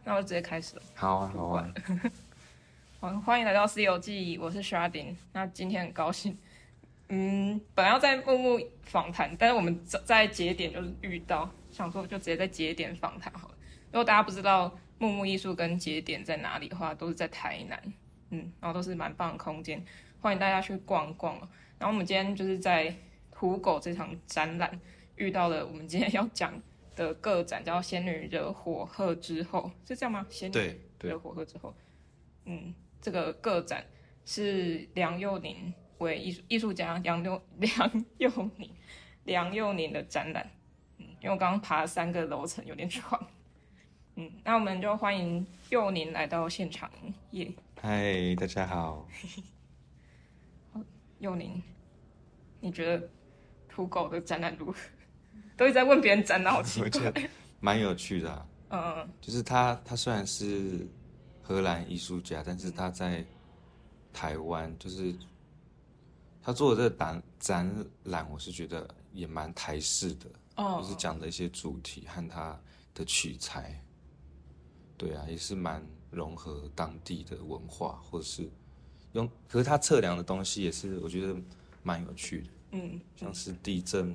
那我直接开始了。 好啊，好啊。 好，欢迎来到《西游记》，我是 Sharding。那今天很高兴，本来要在木木访谈，但是我们在节点就是遇到，想说就直接在节点访谈好了。如果大家不知道木木艺术跟节点在哪里的话，都是在台南，然后都是蛮棒的空间，欢迎大家去逛逛。然后我们今天就是在土狗这场展览遇到了我们今天要讲的个展，叫《仙女惹火鹤之后》，是这样吗？仙女惹火鹤之后，这个个展是梁佑宁为艺术家梁佑宁的展览。因为我刚刚爬了3个楼层，有点喘。那我们就欢迎佑宁来到现场耶。 嗨，大家好。 佑宁，你觉得土狗的展览如何？都一直在问别人展览，好奇怪。 我觉得蛮有趣的就是他虽然是荷兰艺术家，但是他在台湾，就是他做的这个展览，我是觉得也蛮台式的，就是讲的一些主题和他的取材，对啊，也是蛮融合当地的文化，或者是可是他测量的东西也是我觉得蛮有趣的，像是地震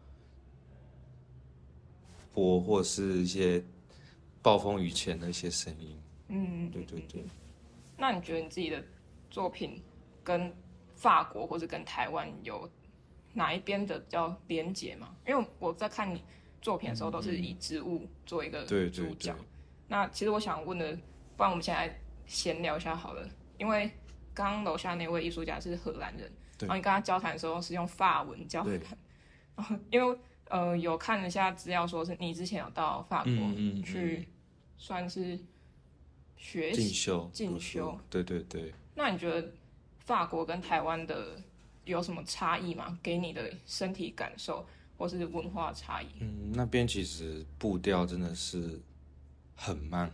波或是一些暴风雨前的一些声音，对。 那你觉得你自己的作品跟法国或者跟台湾有哪一边的比较连结吗？因为我在看你作品的时候都是以植物做一个主角。那其实我想问的，不然我们现在闲聊一下好了，因为刚刚楼下那位艺术家是荷兰人，然后你跟他交谈的时候是用法文交谈，然后因为有看了一下资料，说是你之前有到法国去算是学习进修， 对。 那你觉得法国跟台湾的有什么差异吗？给你的身体感受或是文化差异？ 那边其实步调真的是很慢，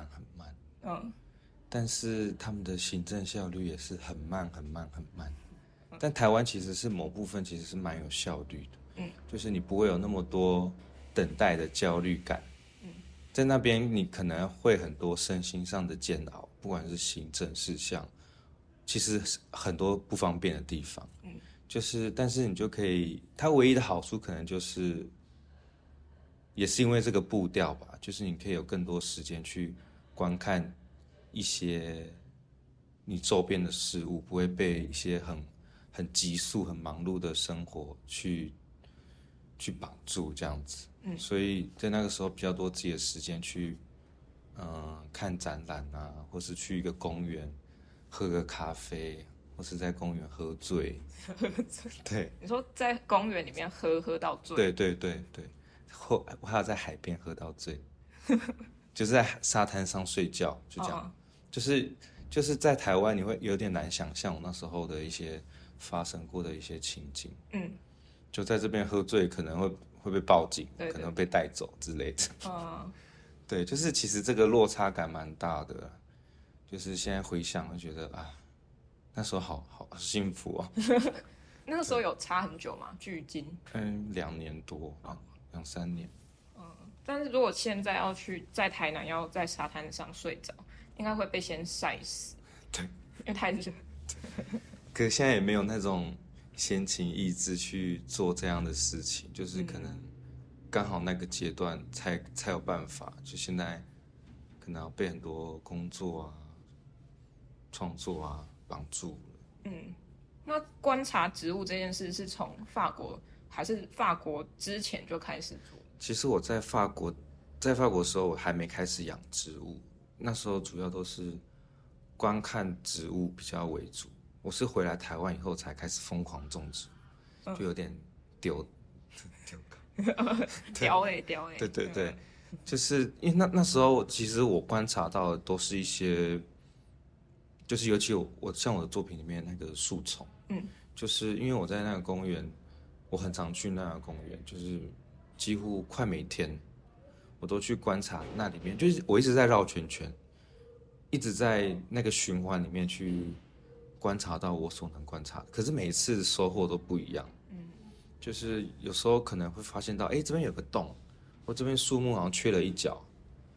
但是他们的行政效率也是很慢。但台湾其实是某部分其实是蛮有效率的，就是你不会有那么多等待的焦虑感，在那边你可能会很多身心上的煎熬，不管是行政事项，其实很多不方便的地方，就是但是你就可以，它唯一的好处可能就是，也是因为这个步调吧，就是你可以有更多时间去观看一些你周边的事物，不会被一些很急速、很忙碌的生活去绑住这样子。所以在那个时候比较多自己的时间去，看展览啊，或是去一个公园喝个咖啡，或是在公园喝醉。对， 你说在公园里面喝到醉？ 对。我还有在海边喝到醉，就是在沙滩上睡觉，就这样。就是在台湾你会有点难想象我那时候的一些发生过的一些情景。就在这边喝醉可能会被报警，可能被带走之类的。对，就是其实这个落差感蛮大的，就是现在回想会觉得那时候好幸福哦。 那个时候有差很久吗？距今 2年多2-3年。 但是如果现在要去在台南要在沙滩上睡着，应该会被先晒死。 对， 因为太热。 可是现在也没有那种闲情逸致去做这样的事情，就是可能刚好那个阶段才有办法，就现在可能要被很多工作啊、创作啊绑住了。 那观察植物这件事是从法国还是法国之前就开始做？ 其实我在法国的时候，我还没开始养植物，那时候主要都是观看植物比较为主。我是回来台湾以后才开始疯狂种植，就有点丢雕欸。 对，就是因为那时候其实我观察到的都是一些，就是尤其我像我的作品里面那个树丛，就是因为我在那个公园，我很常去那个公园，就是几乎快每天我都去观察那里面，就是我一直在绕圈圈，一直在那个循环里面去观察到我所能观察的，可是每一次收获都不一样。就是有时候可能会发现到，这边有个洞，或这边树木好像缺了一角，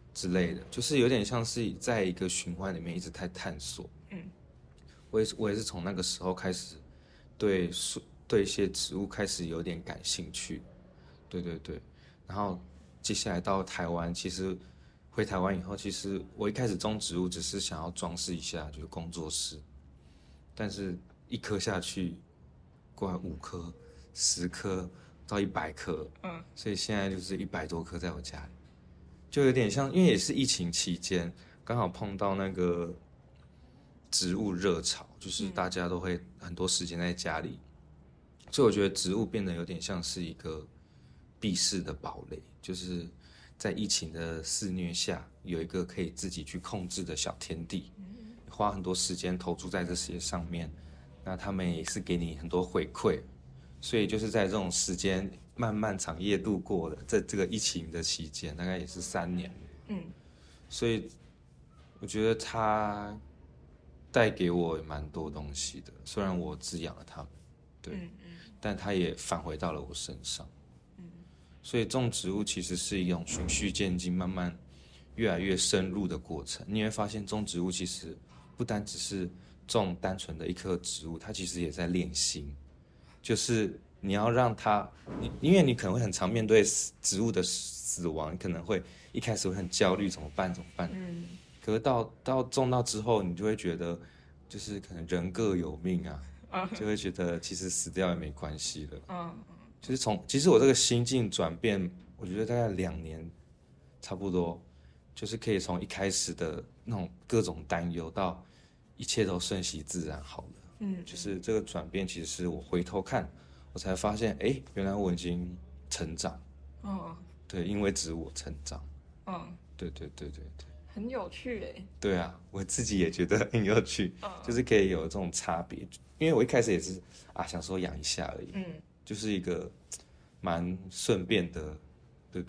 之类的，就是有点像是在一个循环里面一直在探索。我也是从那个时候开始对一些植物开始有点感兴趣。对对对，然后接下来到台湾，其实回台湾以后，其实我一开始种植物只是想要装饰一下，就是工作室，但是一颗下去，过来5颗、10颗到100颗，所以现在就是100多颗在我家里，就有点像，因为也是疫情期间，刚好碰到那个植物热潮，就是大家都会很多时间在家里，所以我觉得植物变得有点像是一个避世的堡垒，就是在疫情的肆虐下，有一个可以自己去控制的小天地，花很多时间投注在这些上面，那他们也是给你很多回馈，所以就是在这种时间漫漫长夜度过的，在这个疫情的期间，大概也是3年，所以我觉得它带给我也蛮多东西的，虽然我滋养了它们，对，但它也返回到了我身上。所以种植物其实是一种循序渐进、慢慢越来越深入的过程。你会发现，种植物其实不单只是种单纯的一棵植物，它其实也在练心。就是你要让它，因为你可能会很常面对植物的死亡，你可能会一开始会很焦虑，怎么办？可是到种到之后，你就会觉得，就是可能人各有命啊，就会觉得其实死掉也没关系了。就是其实我这个心境转变，我觉得大概2年，差不多，就是可以从一开始的那种各种担忧，到一切都顺其自然好了。就是这个转变，其实是我回头看，我才发现，原来我已经成长。对，因为植物成长。对。 很有趣诶。 对啊，我自己也觉得很有趣，就是可以有这种差别。因为我一开始也是想说养一下而已，就是一个蛮顺便的，对。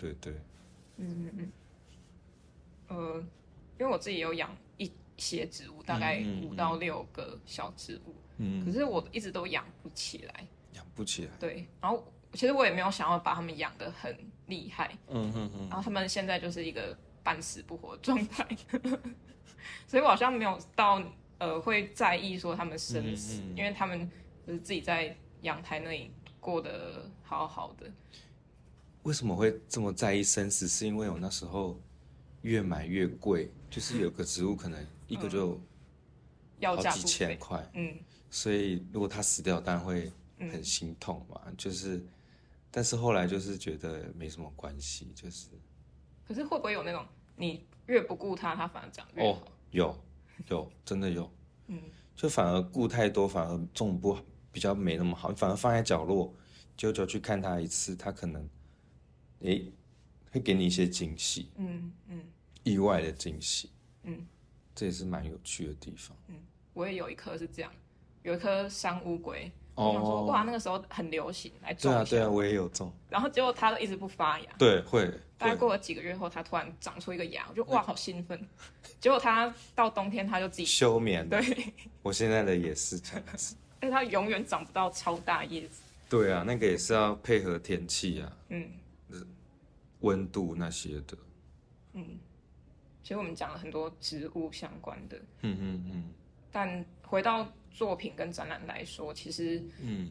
因为我自己有养一些植物，大概5到6个小植物，可是我一直都养不起来。对，然后其实我也没有想要把它们养得很厉害，然后他们现在就是一个半死不活的状态，所以我好像没有到会在意说他们生死，因为他们就是自己在阳台那里过得好好的。 为什么会这么在意生死？是因为我那时候越买越贵，就是有个植物可能一个就好几千块，所以如果它死掉，当然会很心痛嘛。就是，但是后来就是觉得没什么关系，就是。 可是会不会有那种你越不顾它，它反而长越好？ 有，真的有。就反而顾太多，反而种不比较没那么好，反而放在角落，久久去看它一次，它可能，会给你一些惊喜，意外的惊喜，这也是蛮有趣的地方。 我也有一颗是这样，有一颗山乌龟，我想说哇，那个时候很流行来种一下， 对啊，我也有种， 然后结果它都一直不发芽， 对，会， 大概过了几个月后，它突然长出一个芽，我就哇，好兴奋。结果它到冬天它就自己休眠， 对， 我现在的也是这样子， 但是它永远长不到超大叶子。 对啊，那个也是要配合天气啊，温度那些的。 其实我们讲了很多植物相关的，但回到作品跟展览来说，其实，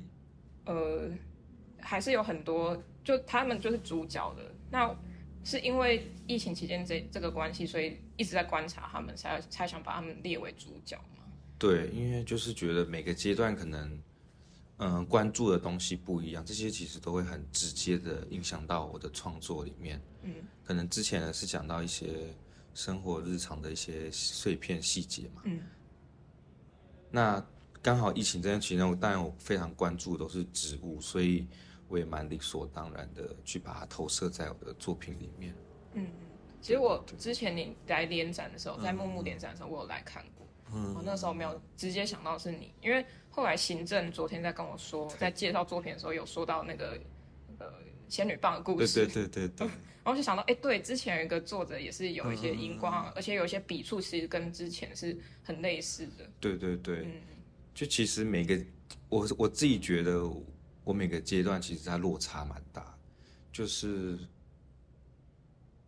还是有很多，就他们就是主角的。那是因为疫情期间这个关系，所以一直在观察他们，才想把他们列为主角嘛。 对，因为就是觉得每个阶段可能，关注的东西不一样，这些其实都会很直接的影响到我的创作里面。可能之前呢是讲到一些生活日常的一些碎片细节嘛。那刚好疫情这段期间，当然我非常关注的都是植物，所以我也蛮理所当然的去把它投射在我的作品里面。 其实我之前你来联展的时候，在木木联展的时候，我有来看过。我那时候没有直接想到是你，因为后来行政昨天在跟我说，在介绍作品的时候有说到那个仙女棒的故事。 对。 然后就想到，对，之前有一个作者也是有一些荧光，而且有一些笔触其实跟之前是很类似的。 对。就其实我自己觉得，我每个阶段其实它落差蛮大，就是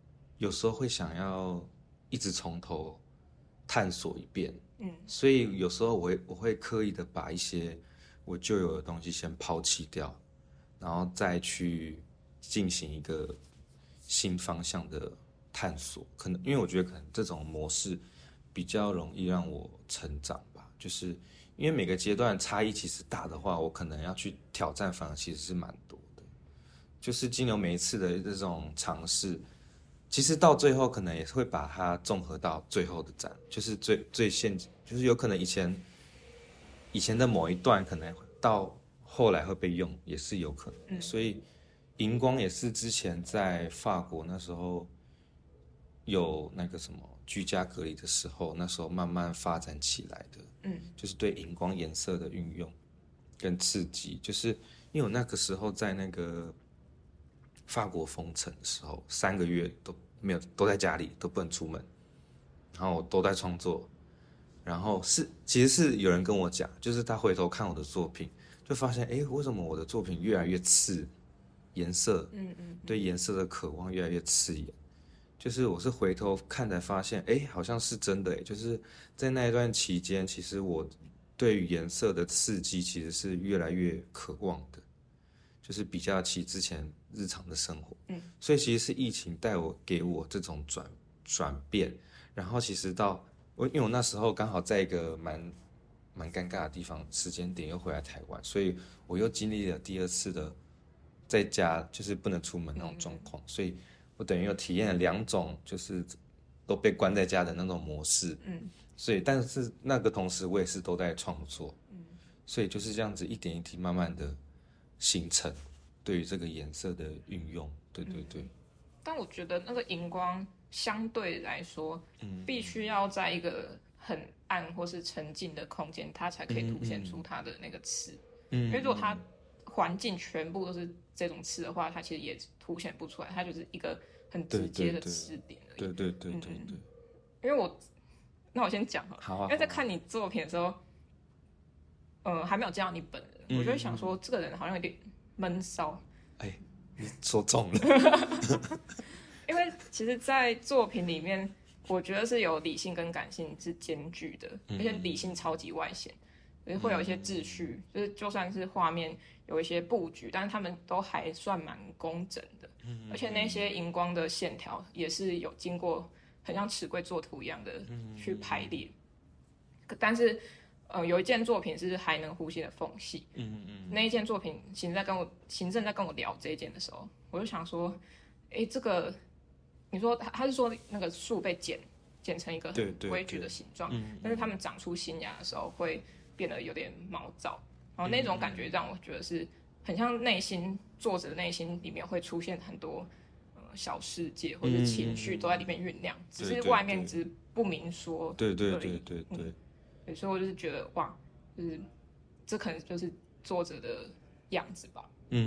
有时候会想要一直从头探索一遍，所以有时候我会刻意的把一些我旧有的东西先抛弃掉，然后再去进行一个新方向的探索。可能因为我觉得可能这种模式比较容易让我成长吧，就是因为每个阶段差异其实大的话，我可能要去挑战反而其实是蛮多的。就是经由每一次的这种尝试，其实到最后可能也会把它综合到最后的展，就是最现，就是有可能以前的某一段可能到后来会被用，也是有可能。所以荧光也是之前在法国那时候有那个什么居家隔离的时候，那时候慢慢发展起来的。就是对荧光颜色的运用跟刺激，就是因为我那个时候在那个法国封城的时候，3个月都没有，都在家里，都不能出门，然后都在创作。然后其实是有人跟我讲，就是他回头看我的作品，就发现，为什么我的作品越来越刺颜色？对颜色的渴望越来越刺眼。就是我是回头看才发现，好像是真的，就是在那一段期间，其实我对于颜色的刺激其实是越来越渴望的，就是比较起之前日常的生活。所以其实是疫情给我这种转变，然后其实因为我那时候刚好在一个蛮尴尬的地方，时间点又回来台湾，所以我又经历了第2次的在家就是不能出门那种状况，所以我等于又体验了2种就是都被关在家的那种模式。所以但是那个同时我也是都在创作。所以就是这样子一点一滴慢慢的形成对于这个颜色的运用。对。 但我觉得那个荧光相对来说，必须要在一个很暗或是沉静的空间，它才可以凸显出它的那个刺。因为如果它环境全部都是这种刺的话，它其实也凸显不出来，它就是一个很直接的刺点而已。 对。 因为那我先讲好，因为在看你作品的时候，还没有见到你本人，我就会想说，这个人好像有点闷骚。 你说中了。 因为其实，在作品里面，我觉得是有理性跟感性是兼具的，而且理性超级外显，会有一些秩序，就是就算是画面有一些布局，但是他们都还算蛮工整的。而且那些荧光的线条也是有经过很像尺规作图一样的去排列。但是有一件作品是还能呼吸的缝隙。那一件作品行政在跟我聊这一件的时候，我就想说，这个你说他是说那个树被剪成一个很规矩的形状，但是他们长出新芽的时候会变得有点毛躁，然后那种感觉让我觉得是很像作者的内心里面会出现很多小世界或者情绪都在里面酝酿，只是外面只不明说。对。所以我就是觉得哇，就是这可能就是作者的样子吧。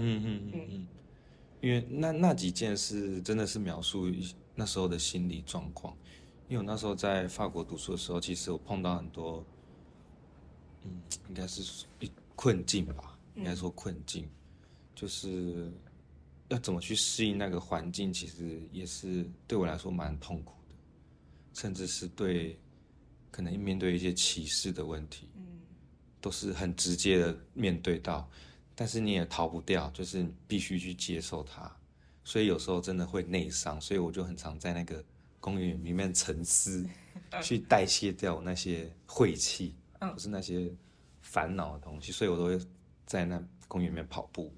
因为那几件是真的是描述那时候的心理状况。因为我那时候在法国读书的时候，其实我碰到很多，应该是困境吧，应该说困境，就是要怎么去适应那个环境，其实也是对我来说蛮痛苦的，甚至是可能面对一些歧视的问题，都是很直接的面对到，但是你也逃不掉，就是必须去接受它，所以有时候真的会内伤，所以我就很常在那个公园里面沉思，去代谢掉我那些晦气，或是那些烦恼的东西，所以我都会在那公园里面跑步，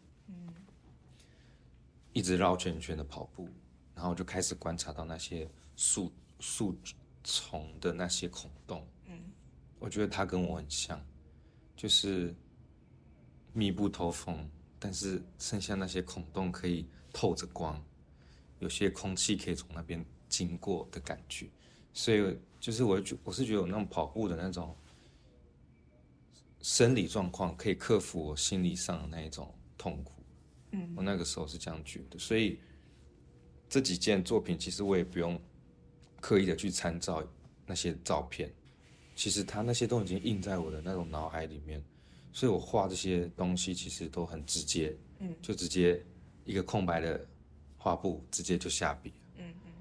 一直绕圈圈的跑步，然后就开始观察到那些树丛的那些孔洞，我觉得它跟我很像，就是密不透风，但是剩下那些孔洞可以透着光，有些空气可以从那边经过的感觉，所以就是我是觉得我那种跑步的那种生理状况可以克服我心理上的那一种痛苦，我那个时候是这样觉得，所以这几件作品其实我也不用刻意的去参照那些照片，其实它那些都已经印在我的那种脑海里面，所以我画这些东西其实都很直接，就直接一个空白的画布直接就下笔，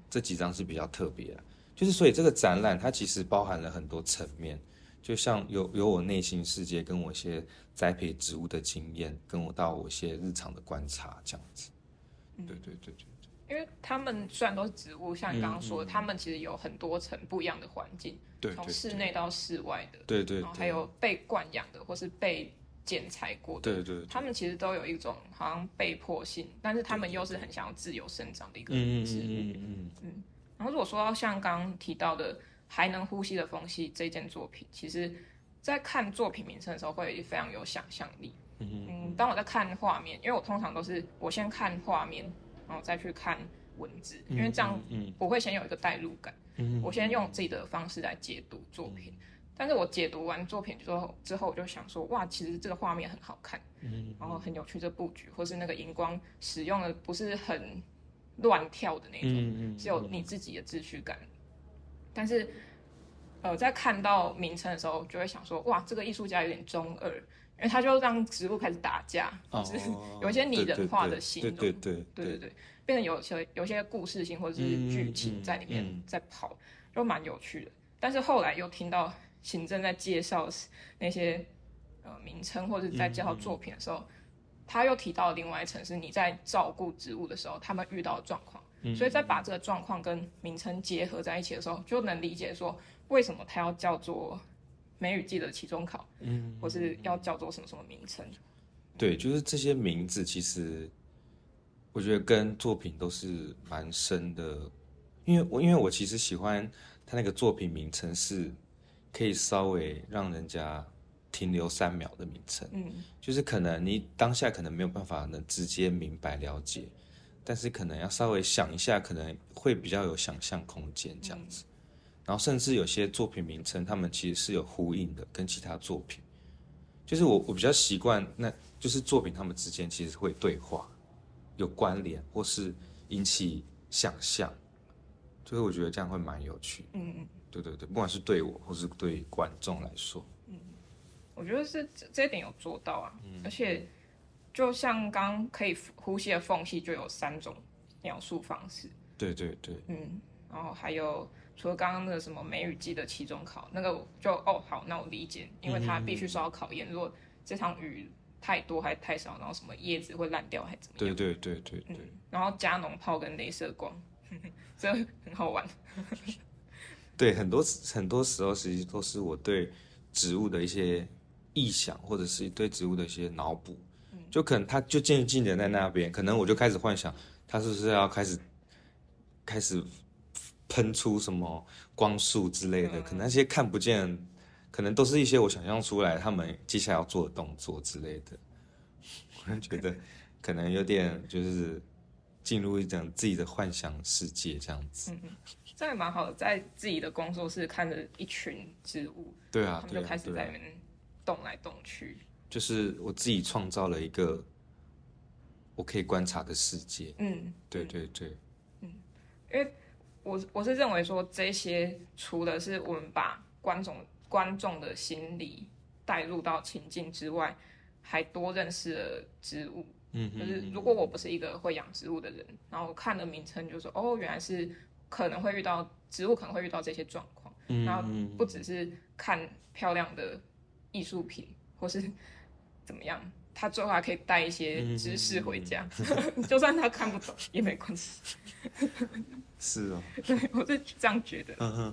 这几张是比较特别的，就是所以这个展览它其实包含了很多层面，就像有我内心世界，跟我一些栽培植物的经验，跟我到我一些日常的观察这样子。对对对对。 因为他们虽然都是植物，像你刚刚说的，他们其实有很多层不一样的环境，从室内到室外的， 对， 然后还有被惯养的或是被剪裁过的， 对， 他们其实都有一种好像被迫性，但是他们又是很想要自由生长的一个植物。然后如果说到像刚刚提到的还能呼吸的缝隙这件作品，其实在看作品名称的时候会非常有想象力。当我在看画面，因为我通常都是我先看画面，然后再去看文字，因为这样我会先有一个代入感。我先用自己的方式来解读作品，但是我解读完作品之后，我就想说，哇，其实这个画面很好看，然后很有趣，这布局或是那个荧光使用的不是很乱跳的那种，是有你自己的秩序感。但是在看到名称的时候，就会想说，哇，这个艺术家有点中二。因为他就让植物开始打架，就是有一些拟人化的形容，对，变成有些故事性或者是剧情在里面在跑，就蛮有趣的。但是后来又听到行政在介绍那些名称或者在介绍作品的时候，他又提到另外一层是你在照顾植物的时候他们遇到的状况，所以在把这个状况跟名称结合在一起的时候，就能理解说为什么它要叫做梅雨季的期中考，或是要叫做什么什么名称。 对，就是这些名字，其实我觉得跟作品都是蛮深的，因为我其实喜欢他那个作品名称是可以稍微让人家停留3秒的名称，就是可能你当下可能没有办法能直接明白了解，但是可能要稍微想一下，可能会比较有想象空间这样子。然后甚至有些作品名称，他们其实是有呼应的，跟其他作品。就是我比较习惯，那就是作品他们之间其实会对话，有关联，或是引起想象。就是我觉得这样会蛮有趣。对，不管是对我或是对观众来说。 我觉得是这一点有做到啊。而且就像刚可以呼吸的缝隙，就有3种描述方式。 对。 然后还有除了刚刚那个什么梅雨季的期中考，那个就好，那我理解，因为它必须受到考验。如果这场雨太多还太少，然后什么叶子会烂掉还怎么样？ 对。 然后加农炮跟雷射光，这很好玩。 对，很多时候其实都是我对植物的一些臆想，或者是对植物的一些脑补。就可能它就静静的在那边，可能我就开始幻想，它是不是要开始喷出什么光束之类的，可能那些看不见，可能都是一些我想象出来他们接下来要做的动作之类的。我就觉得可能有点就是进入一种自己的幻想世界这样子。 这也蛮好的，在自己的工作室看着一群植物， 对啊， 他们就开始在那边动来动去。 就是我自己创造了一个我可以观察的世界。对。 因为我是认为说，这些除了是我们把观众的心理带入到情境之外，还多认识了植物。就是如果我不是一个会养植物的人，然后看了名称就说，原来是可能会遇到植物可能会遇到这些状况，然后不只是看漂亮的艺术品或是怎么样，他最后还可以带一些知识回家，就算他看不懂也没关系。 是哦， 对，我是这样觉得。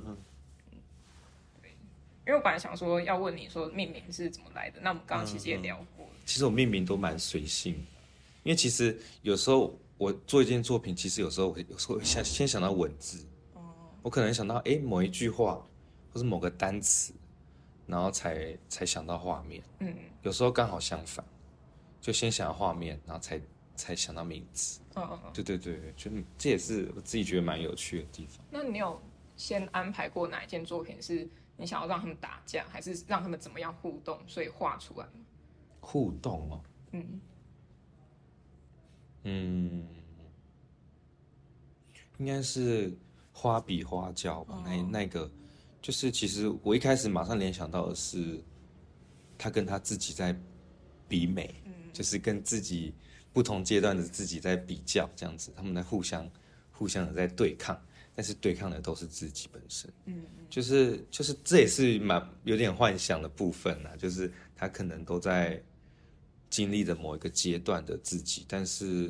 对，因为我本来想说要问你说命名是怎么来的，那我们刚刚其实也聊过了。 其实我命名都蛮随性，因为其实有时候我做一件作品，其实有时候会先想到文字，我可能想到某一句话，或是某个单词，然后才想到画面。有时候刚好相反，就先想到画面，然后才想到名字。对，就这也是我自己觉得蛮有趣的地方。 那你有先安排过哪一件作品是你想要让他们打架，还是让他们怎么样互动，所以画出来吗？ 互动哦，应该是花比花娇吧。那个就是其实我一开始马上联想到的是他跟他自己在比美，就是跟自己不同阶段的自己在比较这样子，他们在互相的在对抗。 但是对抗的都是自己本身。就是这也是有点幻想的部分啊，就是他可能都在经历着某一个阶段的自己，但是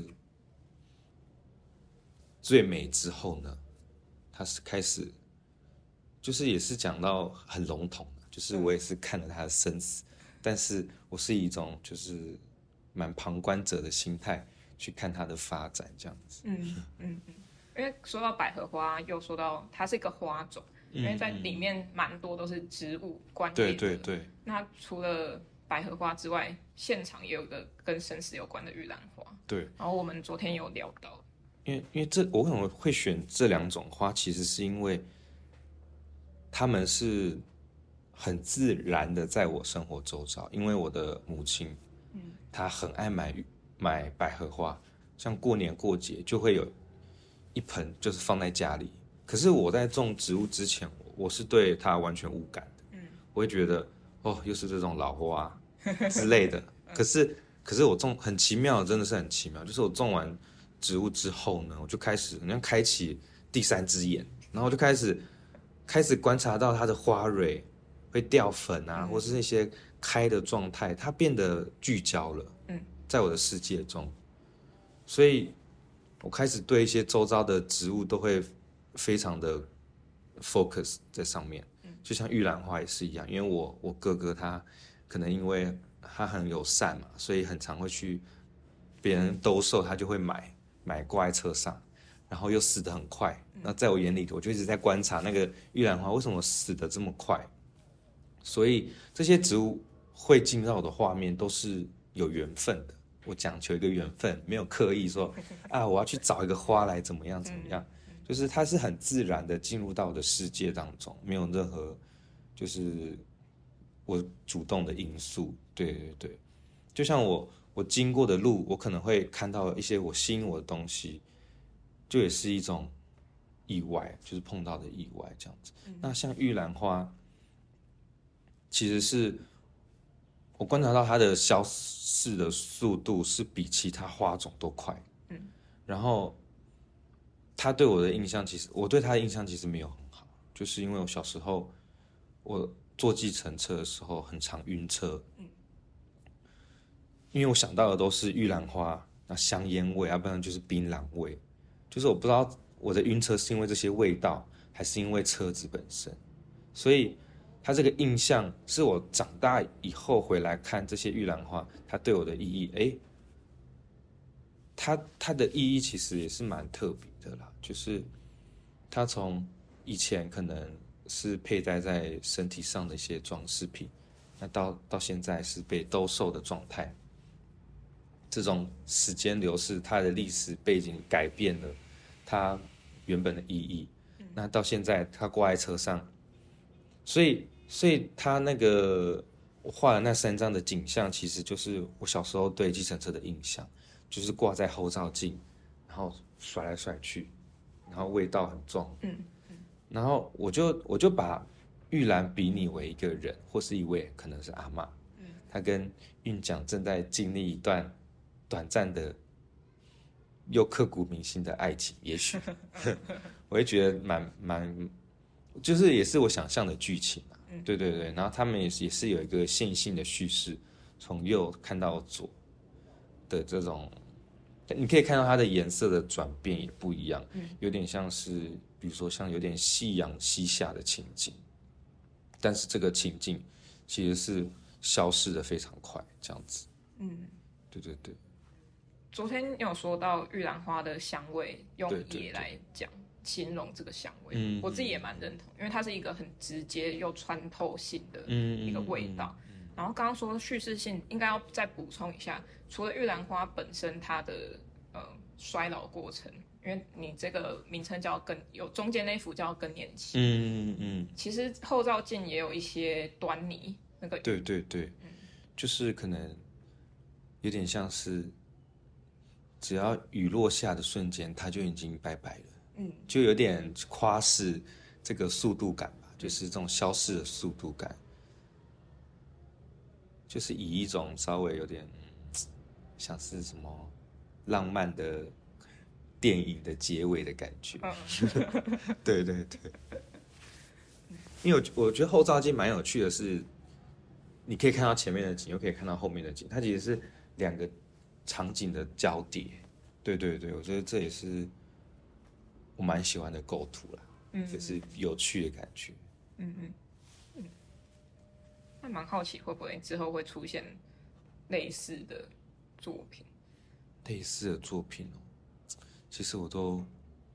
最美之后呢，他是开始，就是也是讲到很笼统的，就是我也是看了他的生死，但是我是以一种就是蛮旁观者的心态去看他的发展，这样子。 因为说到百合花，又说到它是一个花种，因为在里面蛮多都是植物观叶的。 对。 那除了百合花之外，现场也有一个跟生死有关的玉兰花。 对。 然后我们昨天有聊到， 因为我可能会选这2种花，其实是因为他们是很自然的在我生活周遭，因为我的母亲，她很爱买百合花，像过年过节就会有一盆就是放在家里。可是我在种植物之前，我是对它完全无感的，我会觉得又是这种老花之类的。可是我种很奇妙，真的是很奇妙，就是我种完植物之后呢，我就开始好像开启第3只眼，然后就开始观察到它的花蕊会掉粉啊，或是那些开的状态，它变得聚焦了，在我的世界中，所以我开始对一些周遭的植物都会非常的 focus 在上面，就像玉兰花也是一样，因为我哥哥他可能因为他很友善嘛，所以很常会去别人兜售，他就会买挂在车上，然后又死得很快。那在我眼里，我就一直在观察那个玉兰花为什么死得这么快。所以这些植物会进到我的画面都是有缘分的。我讲求一个缘分，没有刻意说我要去找一个花来怎么样，就是它是很自然的进入到我的世界当中，没有任何就是我主动的因素。对，就像我经过的路，我可能会看到一些我吸引我的东西，就也是一种意外，就是碰到的意外这样子。那像玉兰花，其实是我观察到它的消逝的速度是比其他花种都快。然后他对我的印象，其实我对他的印象其实没有很好，就是因为我小时候我坐计程车的时候很常晕车，因为我想到的都是玉兰花，那香烟味，要不然就是槟榔味，就是我不知道我的晕车是因为这些味道，还是因为车子本身，所以它这个印象是我长大以后回来看这些玉兰花，它对我的意义，它的意义其实也是蛮特别的啦，就是它从以前可能是佩戴在身体上的一些装饰品，那到现在是被兜售的状态。这种时间流逝，它的历史背景改变了它原本的意义。那到现在它挂在车上，所以它那个我画的那3张的景象，其实就是我小时候对计程车的印象，就是挂在后照镜，然后甩来甩去，然后味道很重。然后我就把玉兰比拟为一个人，或是一位可能是阿嬷，她跟韵奖正在经历一段短暂的又刻骨铭心的爱情，也许我会觉得蛮，就是也是我想象的剧情啊。对，然后他们也是有一个线性的叙事，从右看到左的这种，你可以看到它的颜色的转变也不一样，有点像是比如说像有点夕阳西下的情景，但是这个情境其实是消失的非常快，这样子。对。 昨天有说到玉兰花的香味，用野来讲形容这个香味，我自己也蛮认同，因为它是一个很直接又穿透性的一个味道。然后刚刚说叙事性，应该要再补充一下，除了玉兰花本身它的衰老过程，因为你这个名称叫有中间那幅叫更年期，其实后照镜也有一些端倪，那个对，就是可能有点像是。只要雨落下的瞬间，它就已经拜拜了。就有点夸饰这个速度感吧，就是这种消逝的速度感，就是以一种稍微有点像是什么浪漫的电影的结尾的感觉。对对对，因为我觉得后照镜蛮有趣的是，你可以看到前面的景，又可以看到后面的景，它其实是两个场景的交叠。对对对，我觉得这也是我蛮喜欢的构图啦，也是有趣的感觉。 那蛮好奇会不会之后会出现类似的作品？ 类似的作品其实我都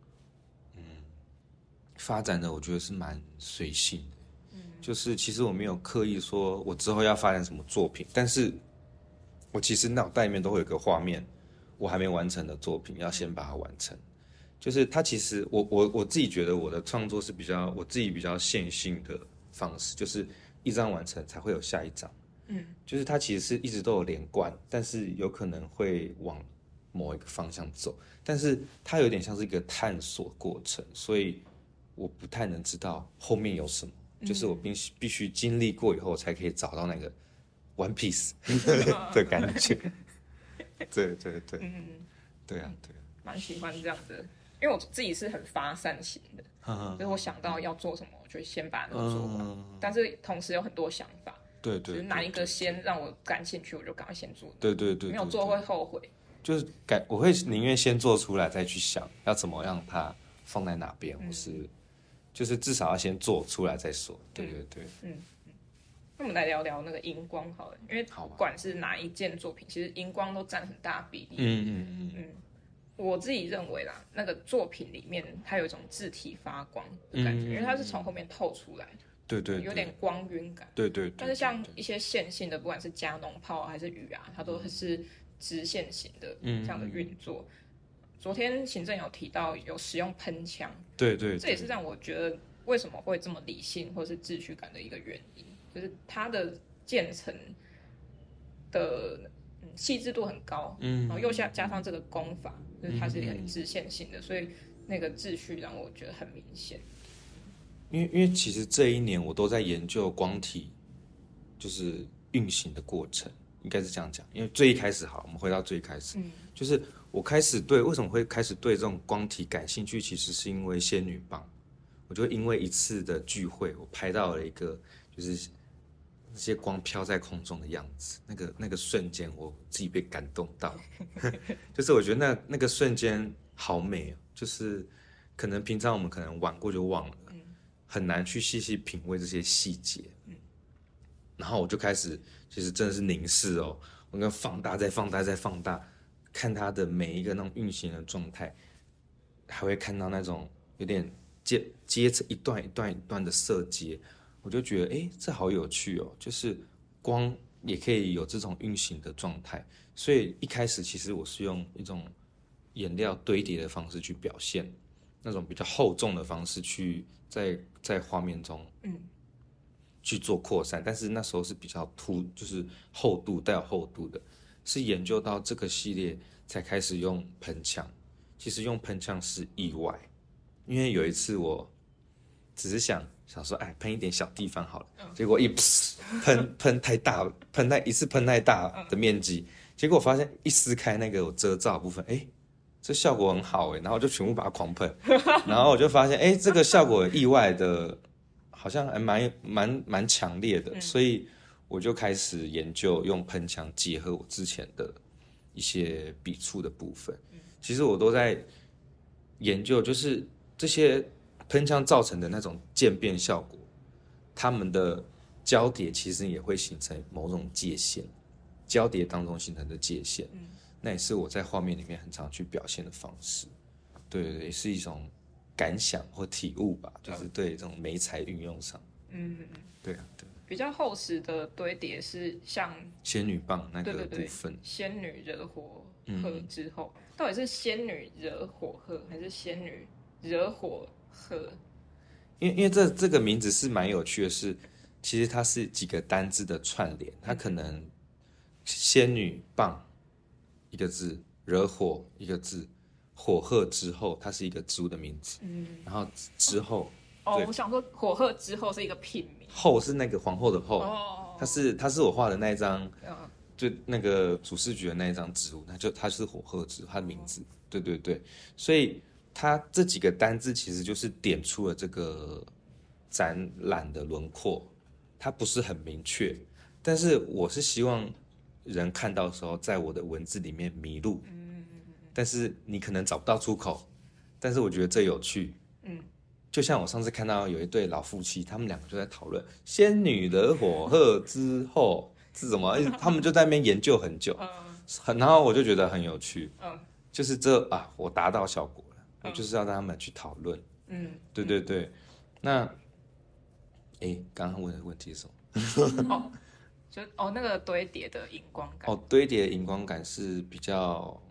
发展的我觉得是蛮随性的。就是其实我没有刻意说我之后要发展什么作品，但是我其实脑袋里面都会有个画面，我还没完成的作品要先把它完成。就是它其实我自己觉得我的创作是我自己比较线性的方式，就是一张完成才会有下一张。就是它其实是一直都有连贯，但是有可能会往某一个方向走，但是它有点像是一个探索过程，所以我不太能知道后面有什么，就是我必须经历过以后才可以找到那个 One Piece 的感觉。对对对，对啊对啊， 蛮喜欢这样的，因为我自己是很发散型的，就是我想到要做什么，我就先把那个做完，但是同时有很多想法。 对对， 就是哪一个先让我感兴趣，我就赶快先做。 对对对， 没有做会后悔。 就是我会宁愿先做出来，再去想要怎么让它放在哪边，或是就是至少要先做出来再说。对对对， 那我们来聊聊那个荧光好了，因为不管是哪一件作品，其实荧光都占很大比例。我自己认为啦，那个作品里面它有一种字体发光的感觉，因为它是从后面透出来的。 对对， 有点光晕感。 对对， 但是像一些线性的，不管是加农炮还是雨啊，它都是直线型的这样的运作。昨天行政有提到有使用喷枪， 对对， 这也是让我觉得为什么会这么理性或是秩序感的一个原因，就是它的渐层的细致度很高，然后又加上这个功法，就是它是很直线性的，所以那个秩序让我觉得很明显。 因为其实这一年我都在研究光体，就是运行的过程，应该是这样讲。因为最一开始，好，我们回到最一开始，就是我为什么会开始对这种光体感兴趣，其实是因为仙女棒。我就因为一次的聚会，我拍到了一个就是那些光飘在空中的样子，那个瞬间，我自己被感动到，就是我觉得那个瞬间好美哦，就是可能平常我们可能玩过就忘了。很难去细细品味这些细节，然后我就开始，其实真的是凝视哦，我跟放大再放大再放大，看它的每一个那种运行的状态，还会看到那种有点接成一段一段一段的色阶，我就觉得这好有趣哦，就是光也可以有这种运行的状态，所以一开始其实我是用一种颜料堆叠的方式去表现，那种比较厚重的方式去在画面中去做扩散，但是那时候是比较就是带有厚度的，是研究到这个系列才开始用喷枪。其实用喷枪是意外，因为有一次我只是想说，喷一点小地方好了，结果喷太大了，一次喷太大的面积，结果我发现一撕开那个我遮罩的部分，这效果很好然后我就全部把它狂喷，然后我就发现这个效果意外的，好像还蛮强烈的，所以我就开始研究用喷枪结合我之前的一些笔触的部分。其实我都在研究，就是这些喷枪造成的那种渐变效果，它们的交叠其实也会形成某种界限，交叠当中形成的界限。那也是我在画面里面很常去表现的方式，对，也是一种感想或体悟吧，就是对这种媒材运用上，对啊，对。 比较厚实的堆叠是像仙女棒那个部分， 仙女惹火鹤之后，到底是仙女惹火鹤还是仙女惹火鹤？ 因为这个名字是蛮有趣的是，其实它是几个单字的串联，它可能仙女棒一个字，惹火一个字，火鹤之后它是一个植物的名字，然后之后我想说火鹤之后是一个品名， 后是那个皇后的后，它是我画的那一张就那个主视觉的那一张植物，它是火鹤植物，它的名字，对对对，所以它这几个单字其实就是点出了这个展览的轮廓，它不是很明确，但是我是希望人看到的时候，在我的文字里面迷路，但是你可能找不到出口，但是我觉得这有趣，就像我上次看到有一对老夫妻，他们两个就在讨论仙女的火鹤之后是什么，他们就在那边研究很久，然后我就觉得很有趣，就是我达到效果了，我就是要让他们去讨论，对对对，那，刚刚问的问题是什么？ 那个堆叠的荧光感。 堆叠的荧光感是比较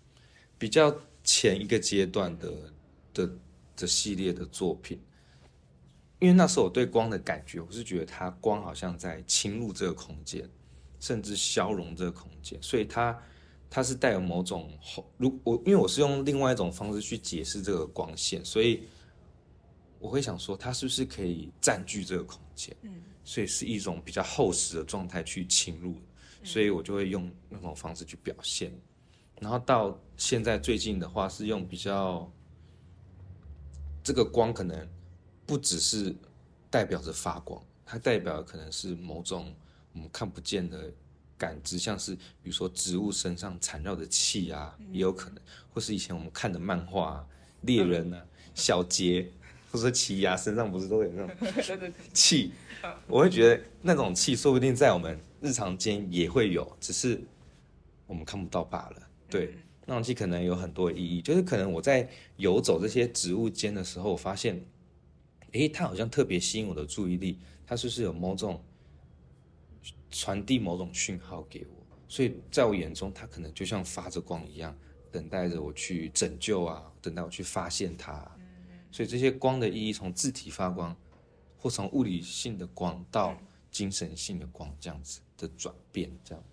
前一个阶段的系列的作品，因为那时候我对光的感觉，我是觉得它光好像在侵入这个空间，甚至消融这个空间，所以它是带有某种因为我是用另外一种方式去解释这个光线，所以我会想说它是不是可以占据这个空间，所以是一种比较厚实的状态去侵入，所以我就会用那种方式去表现。然后到现在最近的话是用比较，这个光可能不只是代表着发光，它代表的可能是某种我们看不见的感知，像是比如说植物身上缠绕的气啊，也有可能，或是以前我们看的漫画猎人啊、小杰或者说奇亚身上不是都有那种气，我会觉得那种气说不定在我们日常间也会有，只是我们看不到罢了。对，那种气可能有很多的意义，就是可能我在游走这些植物间的时候，我发现，它好像特别吸引我的注意力，它是不是有某种传递某种讯号给我？所以在我眼中，它可能就像发着光一样，等待着我去拯救啊，等待我去发现它。所以这些光的意义，从字体发光，或从物理性的光到精神性的光，这样子的转变，这样。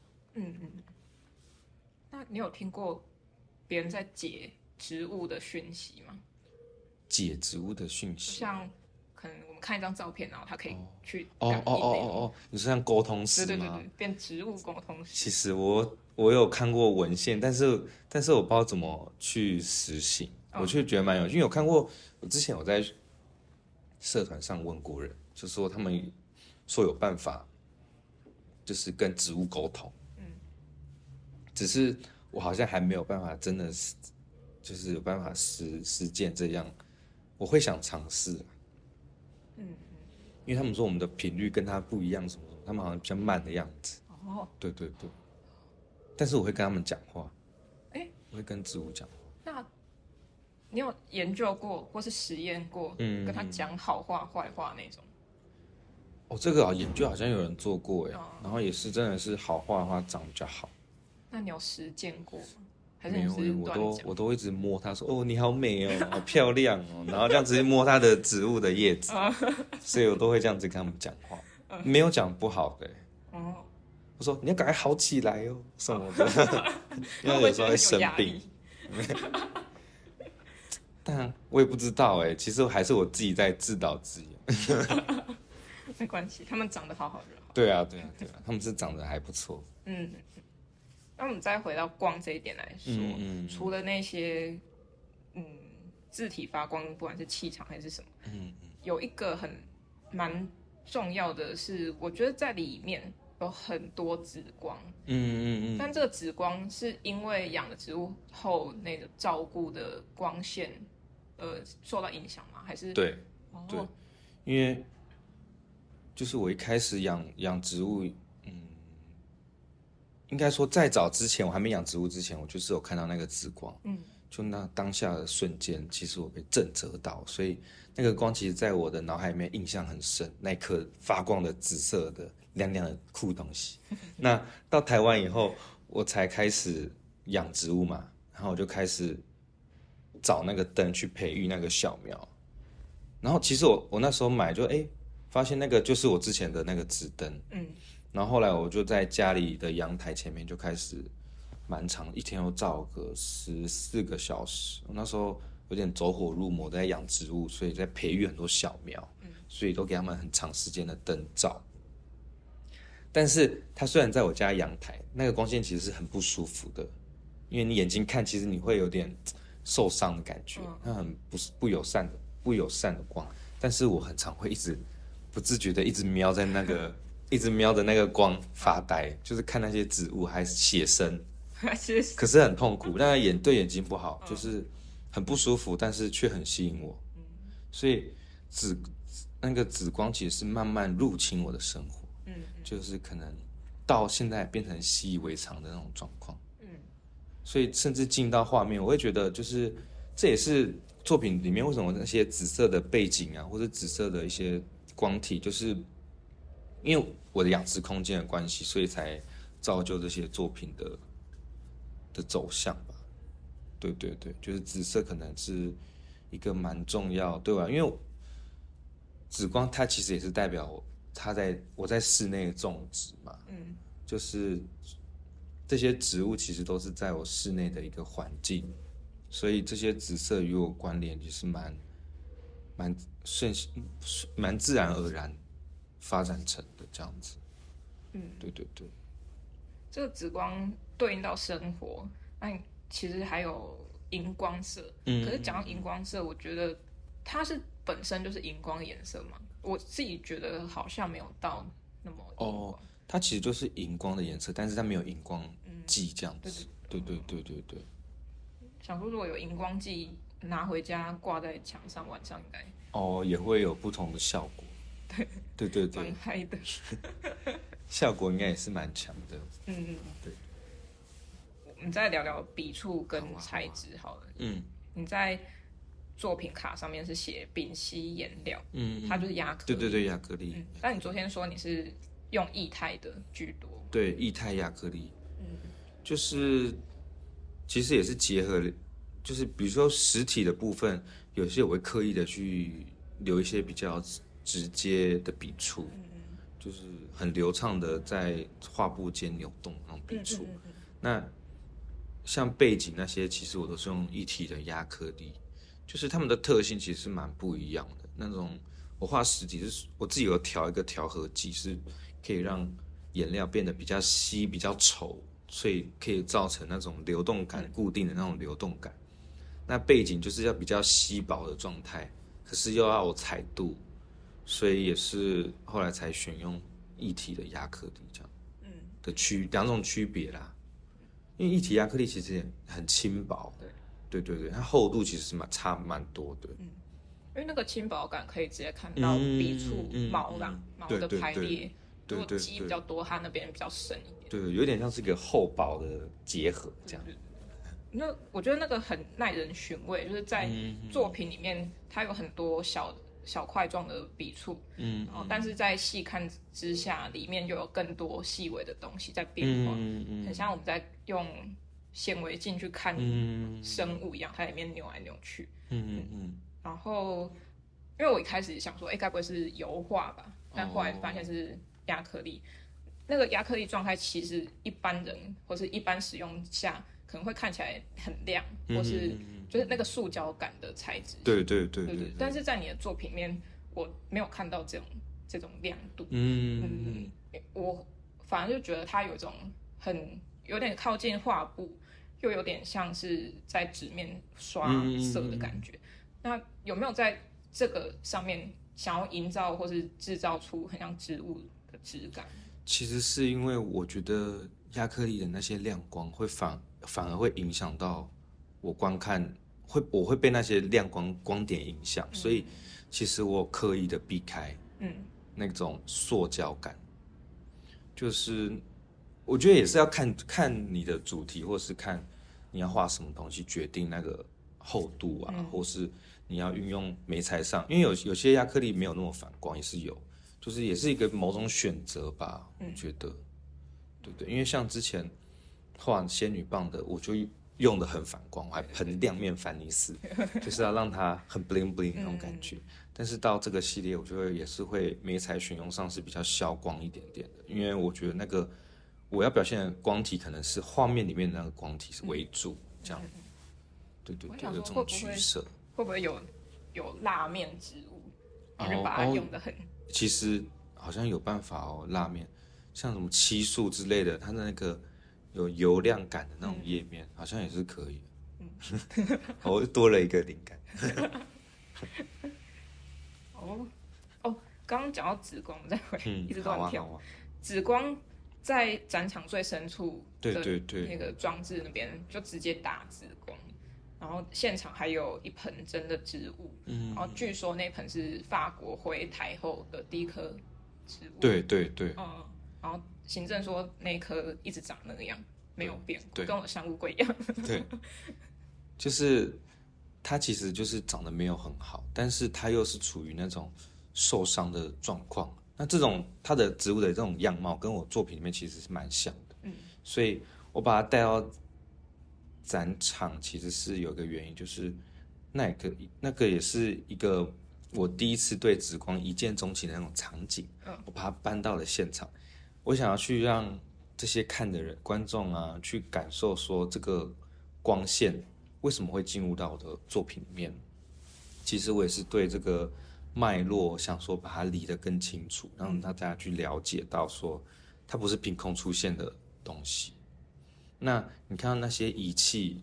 那你有听过别人在解植物的讯息吗？ 解植物的讯息， 就像可能我们看一张照片，然后它可以去你说像沟通师吗？ 对，变植物沟通师。 其实我有看过文献，但是我不知道怎么去实行，我却觉得蛮有趣。因为有看过，之前我在社团上问过人，就说他们说有办法，就是跟植物沟通。只是我好像还没有办法，真的是就是有办法实践这样，我会想尝试。因为他们说我们的频率跟他不一样，什么，他们好像比较慢的样子。对对对。但是我会跟他们讲话，我会跟植物讲话。 那你有研究过或是实验过，跟他讲好话坏话那种？ 这个研究好像有人做过然后也是真的是好话的话长比较好。 那你有实践过吗？还是没有，我都一直摸它，说你好美哦，好漂亮哦，然后这样直接摸它的植物的叶子，所以我都会这样子跟他们讲话，没有讲不好的。我说你要赶快好起来哦什么的，因为有时候会生病。但我也不知道其实还是我自己在自导自演。 没关系，他们长得好好就好。 对啊，他们是长得还不错。 那我们再回到光这一点来说，除了那些字体发光，不管是气场还是什么，有一个蛮重要的是，我觉得在里面有很多紫光，但这个紫光是因为养了植物后那个照顾的光线受到影响吗？还是对，因为就是我一开始养植物。应该说，在早之前，我还没养植物之前，我就是有看到那个紫光，就那当下的瞬间，其实我被震慑到，所以那个光其实在我的脑海里面印象很深，那一颗发光的紫色的亮亮的酷东西。那到台湾以后，我才开始养植物嘛，然后我就开始找那个灯去培育那个小苗，然后其实我那时候买就发现那个就是我之前的那个纸灯，然后后来我就在家里的阳台前面就开始蛮长，一天要照个14个小时。我那时候有点走火入魔，在养植物，所以在培育很多小苗，所以都给他们很长时间的灯照。 但是它虽然在我家阳台，那个光线其实是很不舒服的，因为你眼睛看，其实你会有点受伤的感觉，它很不友善的光。但是我很常会一直不自觉的一直瞄在那个一直瞄着那个光发呆，就是看那些植物还写生，可是很痛苦，那对眼睛不好，就是很不舒服，但是却很吸引我。所以那个紫光其实是慢慢入侵我的生活，就是可能到现在变成习以为常的那种状况。所以甚至进到画面，我会觉得就是这也是作品里面为什么那些紫色的背景啊，或者紫色的一些光体，就是因为我的养殖空间的关系，所以才造就这些作品的走向吧。对对对，就是紫色可能是一个蛮重要，对吧？因为紫光它其实也是代表我在室内种植嘛，就是这些植物其实都是在我室内的一个环境，所以这些紫色与我关联就是蛮自然而然发展成的这样子。对对对。 这个紫光对应到生活，那其实还有荧光色。可是讲到荧光色，我觉得它是本身就是荧光颜色嘛，我自己觉得好像没有到那么荧光。 它其实就是荧光的颜色，但是它没有荧光剂这样子。对对对对对。 想说如果有荧光剂拿回家挂在墙上，晚上应该也会有不同的效果。对对对， 蛮嗨的， 效果应该也是蛮强的。对。 我们再聊聊笔触跟材质好了。你在作品卡上面是写丙烯颜料，它就是亚克力。 对对对，亚克力。 但你昨天说你是用液态的居多。 对，液态亚克力。就是其实也是结合，就是比如说实体的部分，有些我会刻意的去留一些比较直接的笔触，就是很流畅的在画布间扭动那种笔触。那像背景那些，其实我都是用一体的亚克力，就是它们的特性其实是蛮不一样的。那种我画实体是我自己有调一个调和剂，是可以让颜料变得比较稀、比较稠，所以可以造成那种流动感，固定的那种流动感。那背景就是要比较稀薄的状态，可是又要有彩度，所以也是后来才选用一体的亚克力这样的两种区别啦。因为一体亚克力其实也很轻薄，对对对，它厚度其实差蛮多的。 因为那个轻薄感可以直接看到笔触毛的排列，如果肌比较多，它那边比较深一点。 对，有点像是一个厚薄的结合这样。 那我觉得那个很耐人寻味，就是在作品里面，它有很多小块状的笔触，但是在细看之下，里面就有更多细微的东西在变化，很像我们在用显微镜去看生物一样，它里面扭来扭去。然后，因为我一开始想说，该不会是油画吧？但后来发现是亚克力。那个亚克力状态，其实一般人或是一般使用下，可能会看起来很亮，或是就是那个塑胶感的材质。对对对对。但是在你的作品里面，我没有看到这种亮度。我反而就觉得它有一种有点靠近画布，又有点像是在纸面刷色的感觉。那有没有在这个上面想要营造或是制造出很像植物的质感？ 其实是因为我觉得亚克力的那些亮光反而会影响到我观看，我会被那些亮光点影响，所以其实我刻意的避开那种塑胶感，就是我觉得也是要看你的主题，或是看你要画什么东西，决定那个厚度啊，或是你要运用媒材上，因为有些亚克力没有那么反光，也是有。就是也是一个某种选择吧，我觉得，对不对？因为像之前画仙女棒的，我就用的很反光，我还喷亮面凡尼斯，就是要让它很 bling bling 那种感觉。但是到这个系列，我觉得也是会媒材选用上是比较消光一点点的，因为我觉得那个我要表现的光体可能是画面里面的那个光体是为主，这样。对对对，有这种取舍。 会不会有蜡面植物，就把它用的很？ 其实好像有办法哦，蜡面。 像什么漆树之类的，它的那个有油亮感的那种页面，好像也是可以。我多了一个灵感。 刚刚讲到紫光，再回一直乱跳。 好啊紫光在展场最深处的对那个装置那边就直接打紫光，然后现场还有一盆真的植物，然后据说那盆是法国回台后的第一棵植物。 对， 然后行政说那棵一直长那个样，没有变过，跟我的山乌龟一样。 对，就是它其实就是长得没有很好，但是它又是处于那种受伤的状况。那这种它的植物的这种样貌，跟我作品里面其实是蛮像的。所以我把它带到展场，其实是有个原因，就是那个也是一个我第一次对紫光一见钟情的那种场景。我把它搬到了现场，我想要去让这些看的人、观众啊，去感受说这个光线为什么会进入到我的作品里面。其实我也是对这个脉络想说把它理得更清楚，让大家去了解到说它不是凭空出现的东西。那你看到那些仪器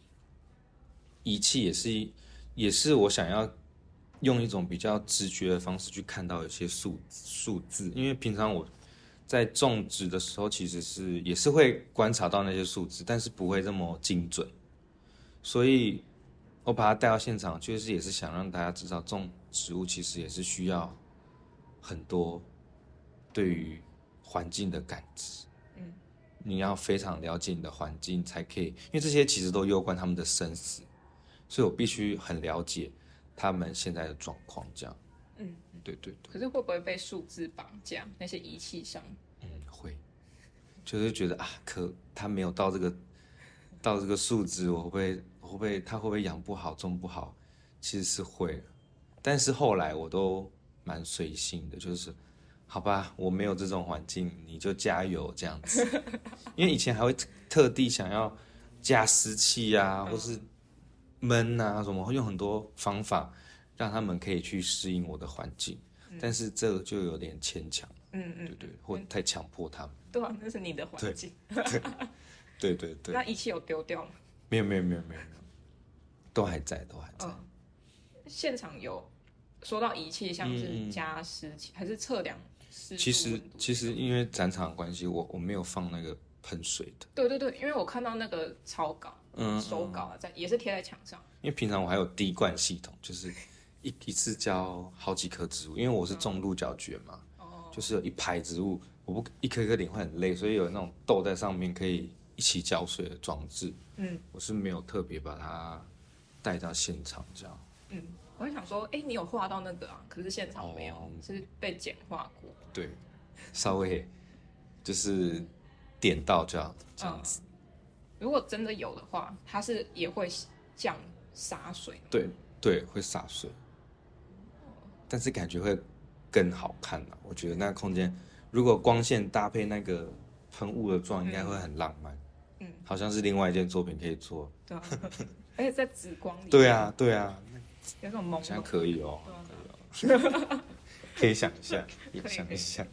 也是我想要用一种比较直觉的方式去看到有些数字，因为平常我在种植的时候其实也是会观察到那些数字，但是不会这么精准，所以我把它带到现场，就是也是想让大家知道种植物其实也是需要很多对于环境的感知。你要非常了解你的环境才可以，因为这些其实都攸关他们的生死，所以我必须很了解他们现在的状况，这样。对。 可是会不会被数字绑架？那些仪器上？ 会，就是觉得他没有到这个数字，他会不会养不好种不好？其实是会，但是后来我都蛮随性的，就是好吧，我没有这种环境，你就加油这样子。因为以前还会特地想要加湿器啊，或是闷啊什么，会用很多方法让他们可以去适应我的环境，但是这就有点牵强。对，或太强迫他们。 对啊，那是你的环境。 对。 那仪器有丢掉吗？ 没有，都还在。 现场有说到仪器，像是加湿器还是测量湿度温度？ 其实因为展场的关系，我没有放那个喷水的。 对，因为我看到那个草稿、手稿啊，也是贴在墙上。 因为平常我还有滴灌系统，就是一次浇好几棵植物，因为我是种鹿角蕨嘛，就是有一排植物，我不一颗一颗领会很累，所以有那种豆在上面可以一起浇水的装置。我是没有特别把它带到现场这样。 我会想说，你有画到那个啊？可是现场没有，是被简化过。 对，稍微就是点到这样子。 如果真的有的话，它是也会降洒水。 对，会洒水，但是感觉会更好看啦。我觉得那个空间，如果光线搭配那个喷雾的妆，应该会很浪漫。好像是另外一件作品可以做。 对啊，而且在紫光里。 对啊， 有种朦胧。 现在可以哦，可以想一下，想一下。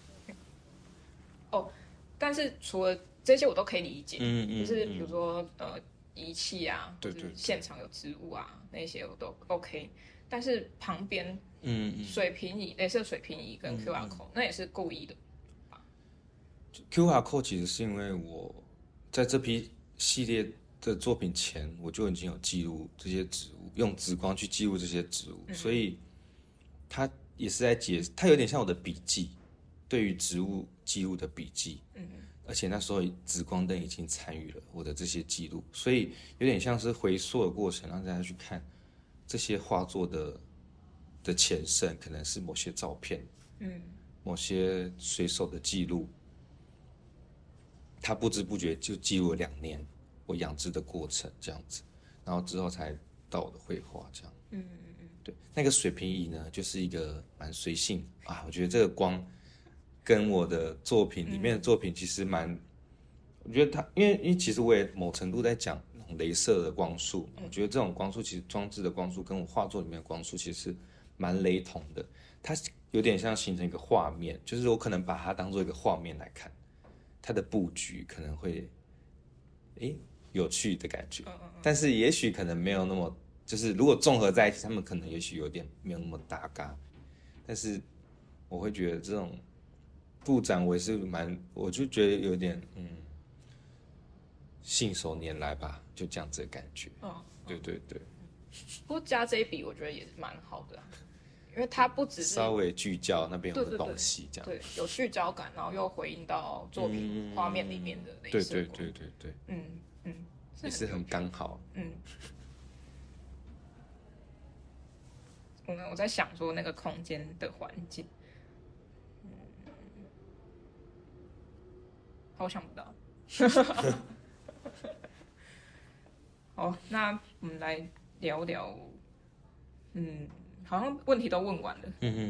但是除了这些，我都可以理解。就是比如说仪器啊， 对， 现场有植物啊，那些我都 OK。但是旁边水平仪、镭射水平仪跟 QR code，那也是故意的吧 ？QR code 其实是因为我在这批系列的作品前，我就已经有记录这些植物，用紫光去记录这些植物，所以它也是在它有点像我的笔记，对于植物记录的笔记。而且那时候紫光灯已经参与了我的这些记录，所以有点像是回溯的过程，让大家去看这些画作的前身，可能是某些照片，某些随手的记录，他不知不觉就记录了2年我养殖的过程这样子，然后之后才到我的绘画这样。对，那个水平仪呢，就是一个蛮随性啊，我觉得这个光跟我的作品里面的作品其实我觉得它，因为其实我也某程度在讲那种雷射的光束，我觉得这种光束其实装置的光束跟我画作里面的光束其实蛮雷同的，它有点像形成一个画面，就是我可能把它当做一个画面来看，它的布局可能会有趣的感觉，但是也许可能没有那么，就是如果综合在一起，他们可能也许有点没有那么搭嘎，但是我会觉得这种布展我也是我就觉得有点信手拈来吧，就这样子的感觉。对对对。 不过加这一笔我觉得也是蛮好的因为它不只是稍微聚焦那边有的东西，这样对，有聚焦感，然后又回应到作品画面里面的那对对对对对，也是很刚好。 我在想说那个空间的环境，好想不到。好，那我们来聊聊，好像问题都问完了。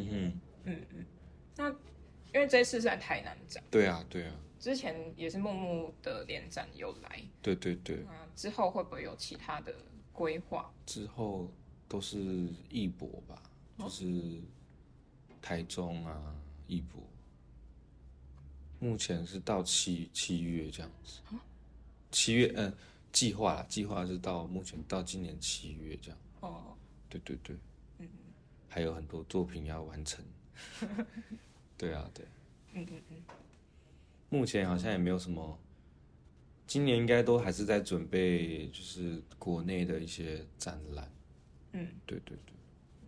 那因为这次是在台南展， 对啊对啊， 之前也是木木的联展有来， 对对对。 之后会不会有其他的规划？ 之后都是艺博吧，就是台中啊艺博，目前是到七月这样子。7月计划是目前到今年7月这样。对对对，还有很多作品要完成。对啊对。目前好像也没有什么，今年应该都还是在准备，就是国内的一些展览。对对对。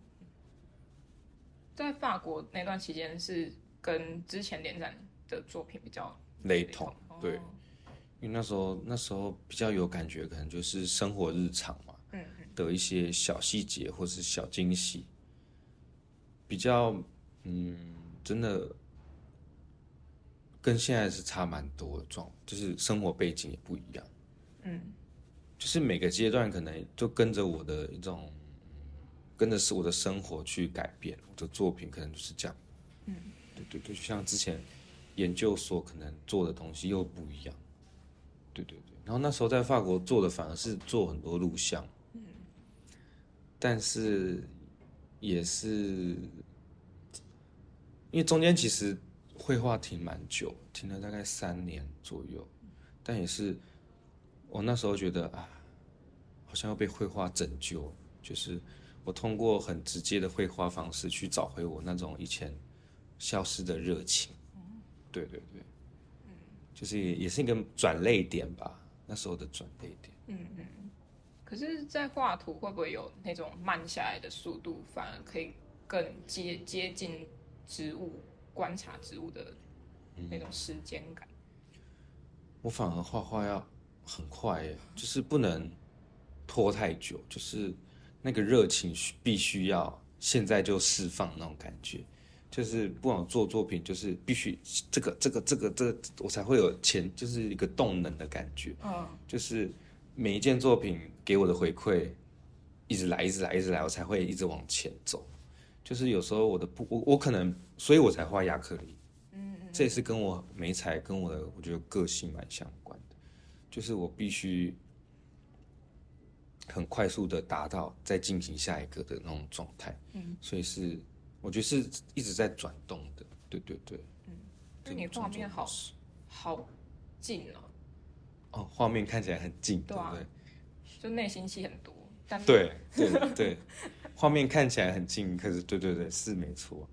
在法国那段期间是跟之前联展的作品比较雷同，对，因为那时候比较有感觉，可能就是生活日常嘛，的一些小细节或是小惊喜，比较真的跟现在是差蛮多的就是生活背景也不一样，就是每个阶段可能就跟着我的我的生活去改变，我的作品可能就是这样，对对对，就像之前研究所可能做的东西又不一样，对对对，然后那时候在法国做的反而是做很多录像，但是也是因为中间其实绘画停蛮久，停了大概3年左右，但也是我那时候觉得好像要被绘画拯救，就是我通过很直接的绘画方式去找回我那种以前消失的热情，对对对，就是也是一个转捩点吧，那时候的转捩点。 可是，在画图会不会有那种慢下来的速度，反而可以更接近植物，观察植物的那种时间感？ 我反而画画要很快耶，就是不能拖太久，就是那个热情必须要现在就释放那种感觉，就是不管做作品，就是必须这个，我才会有就是一个动能的感觉。就是每一件作品给我的回馈，一直来，我才会一直往前走。就是有时候我可能，所以我才画亚克力。这也是跟我媒材跟我觉得个性蛮相关的，就是我必须很快速的达到再进行下一个的那种状态。所以我觉得是一直在转动的。对对对。 因为你画面好近哦。 画面看起来很近，对不对？ 就内心戏很多，但对对对，画面看起来很近，可是对对对，是没错。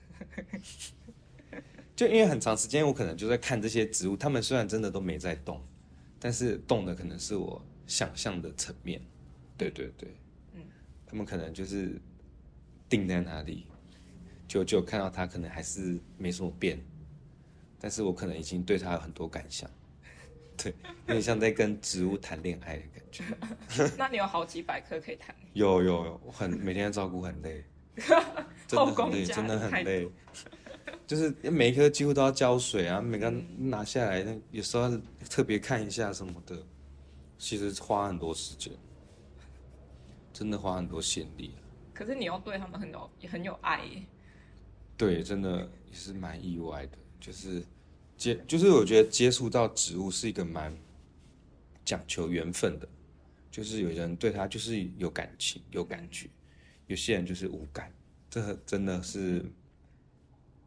就因为很长时间，我可能就在看这些植物，它们虽然真的都没在动，但是动的可能是我想象的层面。对对对，他们可能就是定在那里，就看到它可能还是没什么变，但是我可能已经对它有很多感想。对，有点像在跟植物谈恋爱的感觉。 那你有好几百颗可以谈？ 有，我每天照顾很累，真的很累，真的很累。就是每一颗几乎都要浇水啊，每个拿下来，有时候特别看一下什么的，其实花很多时间，真的花很多心力。 可是你又对他们很有爱耶。 对，真的也是蛮意外的，就是我觉得接触到植物是一个蛮讲求缘分的，就是有人对它就是有感情有感觉，有些人就是无感，这真的是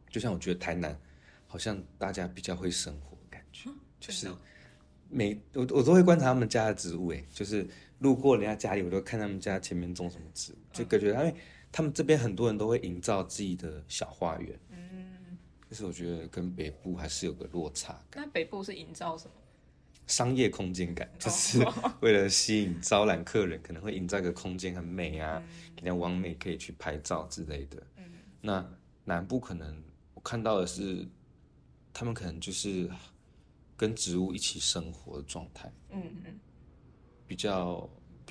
就像我觉得台南好像大家比较会生活的感觉，就是我都会观察他们家的植物，就是路过人家家里，我都看他们家前面种什么植物，就感觉他们这边很多人都会营造自己的小花园，就是我觉得跟北部还是有个落差感。 那北部是营造什么？ 商业空间感，就是为了吸引招揽客人，可能会营造一个空间很美啊，给人家网美可以去拍照之类的。那南部可能我看到的是，他们可能就是跟植物一起生活的状态，比较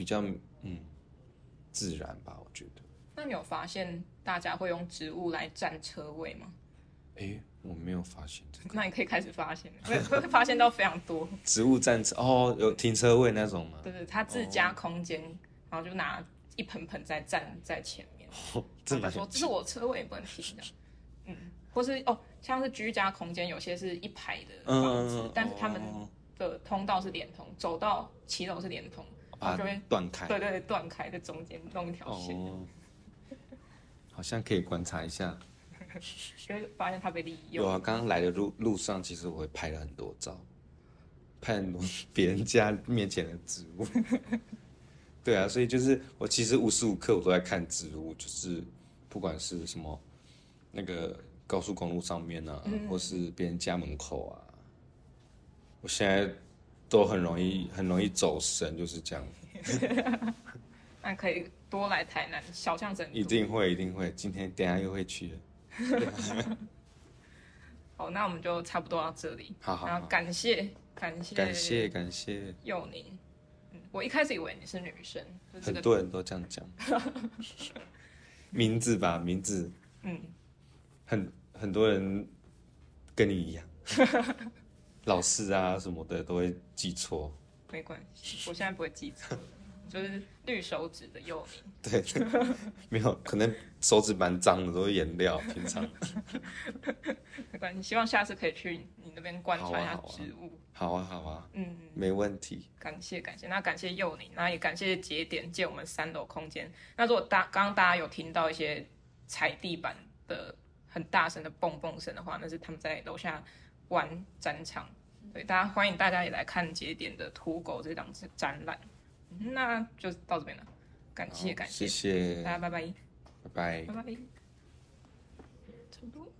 自然吧，我觉得。 那你有发现大家会用植物来占车位吗？ 我没有发现这个。 那你可以开始发现，会发现到非常多植物占车有停车位那种吗？ 对，他自家空间，然后就拿一盆盆在站在前面，就说这是我车位，不能停的。或是像是居家空间，有些是一排的房子，但是他们的通道是连通，走到骑楼是连通，然后就会断开。 对，断开，在中间弄一条线。 好像可以观察一下。 就会发现它被利用。 有啊，刚刚来的路上，其实我会拍了很多照，拍很多别人家面前的植物。对啊，所以就是我其实无时无刻我都在看植物，就是不管是什么那个高速公路上面啊，或是别人家门口啊，我现在都很容易走神，就是这样。 那可以多来台南小巷整。一定会，今天等一下又会去了。 好，那我们就差不多到这里。 好， 然后感谢佑宁。我一开始以为你是女生， 很多人都这样讲。名字，很多人跟你一样，老师啊什么的都会记错。 没关系，我现在不会记错。就是绿手指的佑宁。 对，没有，可能手指蛮脏的，都是颜料，平常。 没关系，希望下次可以去你那边观察一下植物。 好啊，没问题。 感谢，那感谢佑宁，那也感谢节点借我们3楼空间。那如果刚刚大家有听到一些踩地板的很大声的蹦蹦声的话，那是他们在楼下玩展场。对，欢迎大家也来看节点的土狗这档展览。那就到这边了，感谢， 谢谢大家，拜拜。差不多。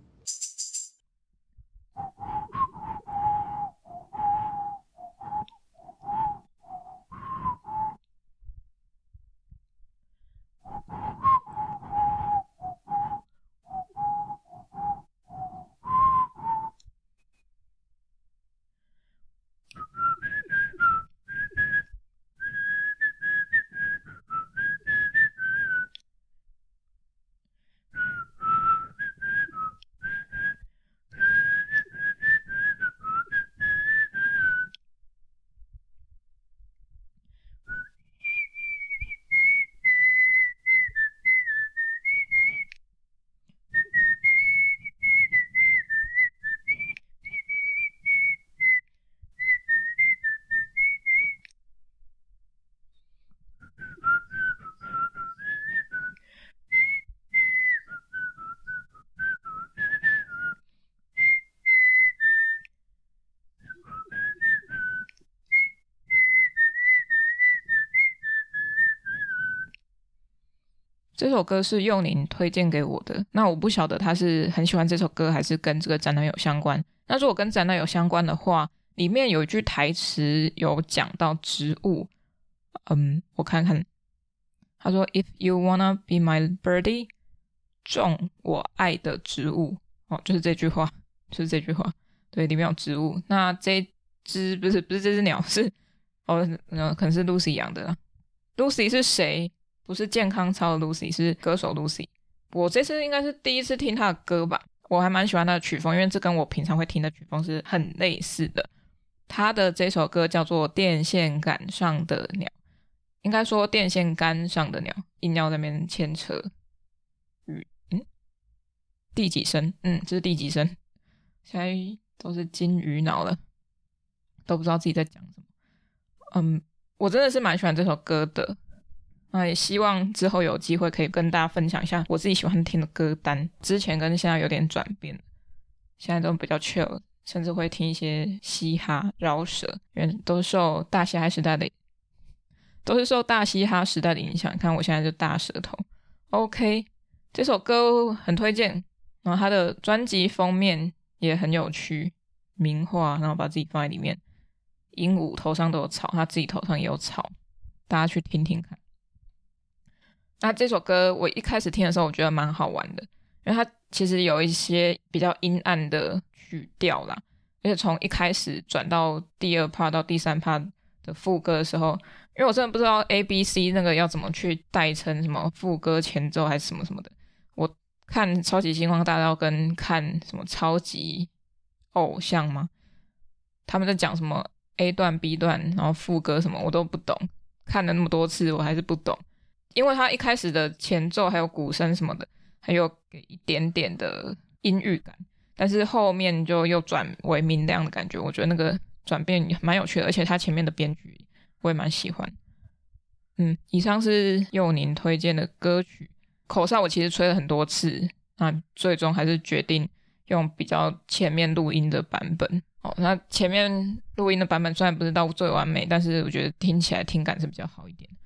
这首歌是佑宁推荐给我的，那我不晓得他是很喜欢这首歌还是跟这个展览有相关。那如果跟展览有相关的话，里面有一句台词有讲到植物，我看看，他说 If you wanna be my birdie， 种我爱的植物，就是这句话，对，里面有植物。那这只不是这只鸟，是可能是 Lucy 养的啦。Lucy 是谁？不是健康操的 Lucy， 是歌手 Lucy。我这次应该是第一次听她的歌吧，我还蛮喜欢她的曲风，因为这跟我平常会听的曲风是很类似的。她的这首歌叫做《电线杆上的鸟》，应该说电线杆上的鸟，硬要在那边牵扯。第几声？这是第几声？现在都是金鱼脑了，都不知道自己在讲什么。我真的是蛮喜欢这首歌的。 那也希望之后有机会可以跟大家分享一下我自己喜欢听的歌单，之前跟现在有点转变，现在都比较 chill， 甚至会听一些嘻哈饶舌，因为都是受大嘻哈时代的影响。你看我现在就大舌头。 OK， 这首歌很推荐，然后他的专辑封面也很有趣，名画，然后把自己放在里面，鹦鹉头上都有草，他自己头上也有草，大家去听听看。那这首歌我一开始听的时候我觉得蛮好玩的，因为它其实有一些比较阴暗的曲调啦，而且从一开始转到第二 part 到第三 part 的副歌的时候，因为我真的不知道 ABC 那个要怎么去代称什么副歌前奏还是什么什么的，我看超级星光大道跟看什么超级偶像吗，他们在讲什么 A 段 B 段然后副歌什么我都不懂，看了那么多次我还是不懂，因为他一开始的前奏还有鼓声什么的还有给一点点的阴郁感，但是后面就又转为明亮的感觉，我觉得那个转变蛮有趣的，而且他前面的编曲我也蛮喜欢。以上是佑宁推荐的歌曲，口哨我其实吹了很多次，那最终还是决定用比较前面录音的版本。那前面录音的版本虽然不是到最完美，但是我觉得听起来听感是比较好一点。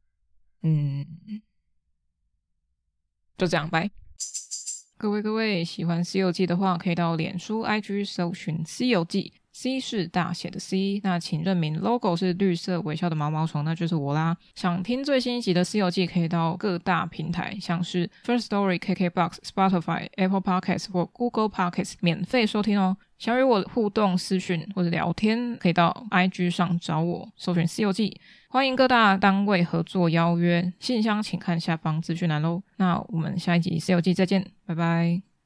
就这样，拜。各位喜欢西游记的话，可以到脸书 IG 搜寻西游记， C 是大写的 C， 那请认明 logo 是绿色微笑的毛毛虫，那就是我啦。想听最新一集的西游记，可以到各大平台，像是 First Story、KKBOX、Spotify、Apple Podcasts 或 Google Podcasts 免费收听哦。想与我互动私讯或者聊天，可以到 IG 上找我，搜寻西游记。欢迎各大单位合作邀约，信箱请看下方资讯栏咯。那我们下一集西游记再见，拜拜。